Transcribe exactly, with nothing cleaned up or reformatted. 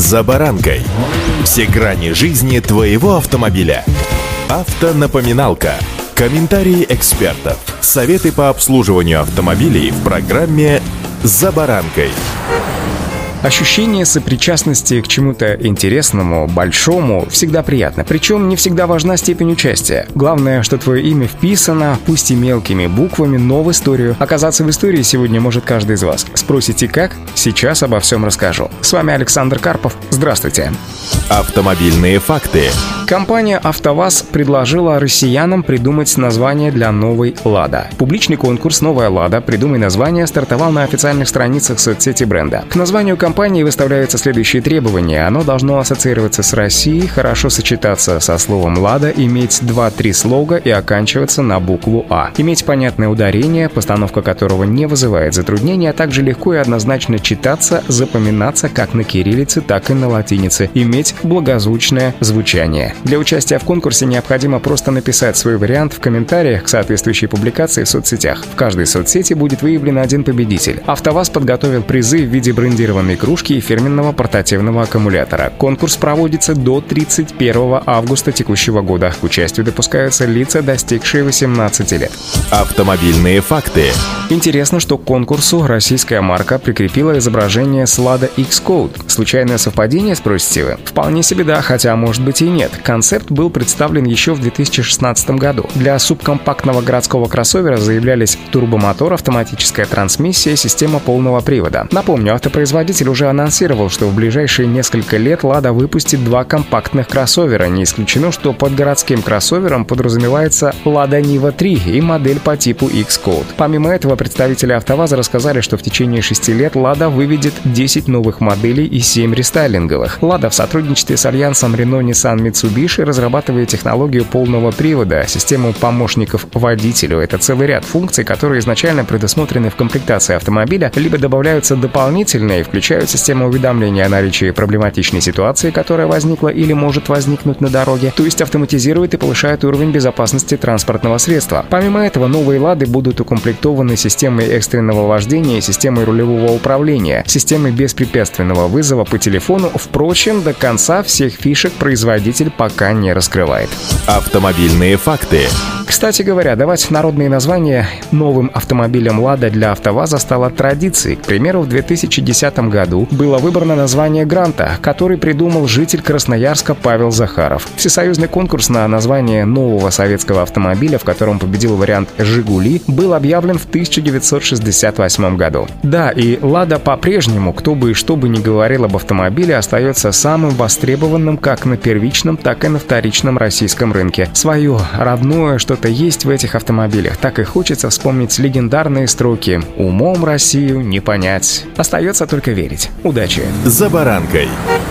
«За баранкой». Все грани жизни твоего автомобиля. Автонапоминалка. Комментарии экспертов. Советы по обслуживанию автомобилей в программе «За баранкой». Ощущение сопричастности к чему-то интересному, большому всегда приятно. Причем не всегда важна степень участия. Главное, что твое имя вписано, пусть и мелкими буквами, но в историю. Оказаться в истории сегодня может каждый из вас. Спросите как? Сейчас обо всем расскажу. С вами Александр Карпов. Здравствуйте. Автомобильные факты. Компания «АвтоВАЗ» предложила россиянам придумать название для новой «Лада». Публичный конкурс «Новая Лада. Придумай название» стартовал на официальных страницах соцсети бренда. К названию компании выставляются следующие требования. Оно должно ассоциироваться с Россией, хорошо сочетаться со словом «Лада», иметь два-три слога и оканчиваться на букву «А». Иметь понятное ударение, постановка которого не вызывает затруднений, а также легко и однозначно читаться, запоминаться как на кириллице, так и на латинице. Иметь благозвучное звучание. Для участия в конкурсе необходимо просто написать свой вариант в комментариях к соответствующей публикации в соцсетях. В каждой соцсети будет выявлен один победитель. «АвтоВАЗ» подготовил призы в виде брендированной кружки и фирменного портативного аккумулятора. Конкурс проводится до тридцать первого августа текущего года. К участию допускаются лица, достигшие восемнадцати лет. Автомобильные факты. Интересно, что к конкурсу российская марка прикрепила изображение с Lada X-Code. Случайное совпадение, спросите вы? Вполне себе да, хотя может быть и нет. Концепт был представлен еще в две тысячи шестнадцатом году. Для субкомпактного городского кроссовера заявлялись турбомотор, автоматическая трансмиссия, система полного привода. Напомню, автопроизводитель уже анонсировал, что в ближайшие несколько лет Lada выпустит два компактных кроссовера. Не исключено, что под городским кроссовером подразумевается Lada Niva три и модель по типу X-Code. Помимо этого, представители «АвтоВАЗа» рассказали, что в течение шести лет Lada выведет десять новых моделей и семь рестайлинговых. Lada в сотрудничестве с альянсом Renault, Nissan, Mitsubishi разрабатывает технологию полного привода, систему помощников водителю. Это целый ряд функций, которые изначально предусмотрены в комплектации автомобиля, либо добавляются дополнительные, включают систему уведомления о наличии проблематичной ситуации, которая возникла или может возникнуть на дороге, то есть автоматизирует и повышает уровень безопасности транспортного средства. Помимо этого, новые «Лады» будут укомплектованы системой экстренного вождения, системой рулевого управления, системой беспрепятственного вызова по телефону. Впрочем, до конца всех фишек производитель пока не раскрывает. Автомобильные факты. Кстати говоря, давать народные названия новым автомобилям «Лада» для «АвтоВАЗа» стало традицией. К примеру, в две тысячи десятом году было выбрано название «Гранта», который придумал житель Красноярска Павел Захаров. Всесоюзный конкурс на название нового советского автомобиля, в котором победил вариант «Жигули», был объявлен в тысяча девятьсот шестьдесят восьмом году. Да, и «Лада» по-прежнему, кто бы и что бы ни говорил об автомобиле, остается самым востребованным как на первичном, так и на вторичном российском рынке. Свое родное что-то есть в этих автомобилях. Так и хочется вспомнить легендарные строки «Умом Россию не понять». Остается только верить. Удачи! «За баранкой».